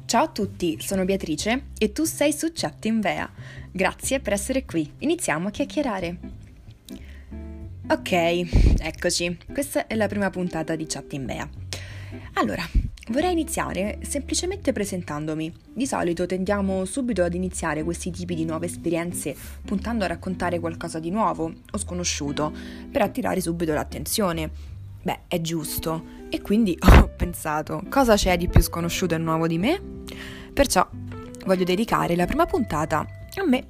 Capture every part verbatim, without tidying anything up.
Ciao a tutti, sono Beatrice e tu sei su Chattinvea. Grazie per essere qui. Iniziamo a chiacchierare. Ok, eccoci. Questa è la prima puntata di Chattinvea. Allora, vorrei iniziare semplicemente presentandomi. Di solito tendiamo subito ad iniziare questi tipi di nuove esperienze puntando a raccontare qualcosa di nuovo o sconosciuto per attirare subito l'attenzione. Beh, è giusto. E quindi ho pensato, cosa c'è di più sconosciuto e nuovo di me? Perciò voglio dedicare la prima puntata a me.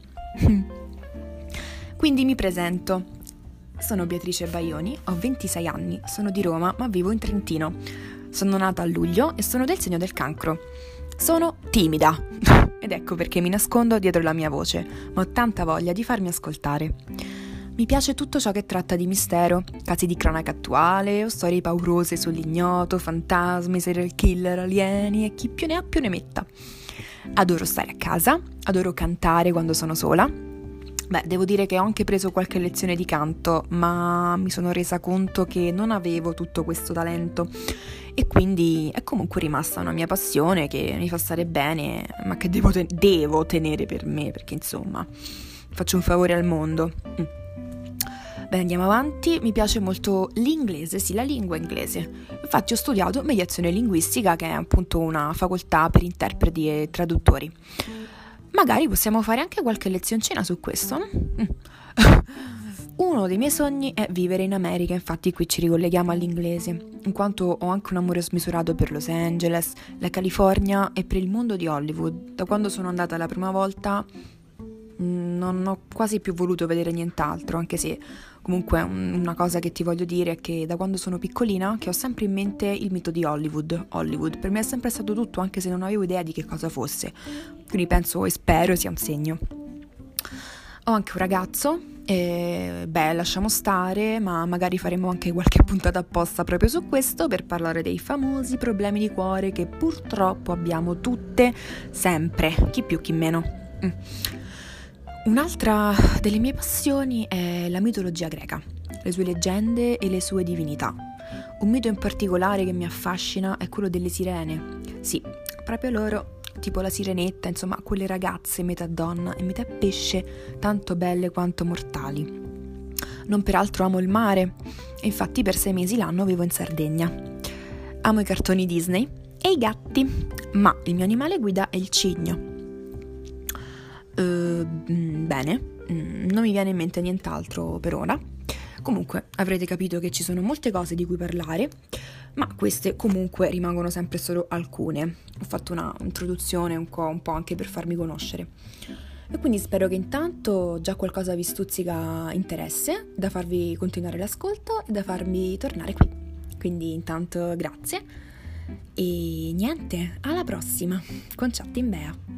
Quindi mi presento. Sono Beatrice Baioni, ho ventisei anni, sono di Roma ma vivo in Trentino. Sono nata a luglio e sono del segno del Cancro. Sono timida ed ecco perché mi nascondo dietro la mia voce, ma ho tanta voglia di farmi ascoltare. Mi piace tutto ciò che tratta di mistero, casi di cronaca attuale o storie paurose sull'ignoto, fantasmi, serial killer, alieni e chi più ne ha più ne metta. Adoro stare a casa, adoro cantare quando sono sola. Beh, devo dire che ho anche preso qualche lezione di canto, ma mi sono resa conto che non avevo tutto questo talento e quindi è comunque rimasta una mia passione che mi fa stare bene, ma che devo, ten- devo tenere per me, perché insomma faccio un favore al mondo. Mm. Beh, andiamo avanti. Mi piace molto l'inglese, sì, la lingua inglese. Infatti ho studiato mediazione linguistica, che è appunto una facoltà per interpreti e traduttori. Magari possiamo fare anche qualche lezioncina su questo, no? Uno dei miei sogni è vivere in America, infatti qui ci ricolleghiamo all'inglese, in quanto ho anche un amore smisurato per Los Angeles, la California e per il mondo di Hollywood. Da quando sono andata la prima volta non ho quasi più voluto vedere nient'altro, anche se comunque una cosa che ti voglio dire è che da quando sono piccolina che ho sempre in mente il mito di Hollywood. Hollywood per me è sempre stato tutto, anche se non avevo idea di che cosa fosse, quindi penso e spero sia un segno. Ho anche un ragazzo e beh, lasciamo stare, ma magari faremo anche qualche puntata apposta proprio su questo per parlare dei famosi problemi di cuore che purtroppo abbiamo tutte sempre, chi più chi meno. mm. Un'altra delle mie passioni è la mitologia greca, le sue leggende e le sue divinità. Un mito in particolare che mi affascina è quello delle sirene. Sì, proprio loro, tipo la sirenetta, insomma, quelle ragazze metà donna e metà pesce, tanto belle quanto mortali. Non peraltro amo il mare, e infatti per sei mesi l'anno vivo in Sardegna. Amo i cartoni Disney e i gatti, ma il mio animale guida è il cigno. Uh, bene, non mi viene in mente nient'altro per ora. Comunque avrete capito che ci sono molte cose di cui parlare, ma queste comunque rimangono sempre solo alcune. Ho fatto una introduzione un po', un po' anche per farmi conoscere. E quindi spero che intanto già qualcosa vi stuzzica interesse, da farvi continuare l'ascolto e da farmi tornare qui. Quindi intanto grazie e niente, alla prossima con Chattinvea.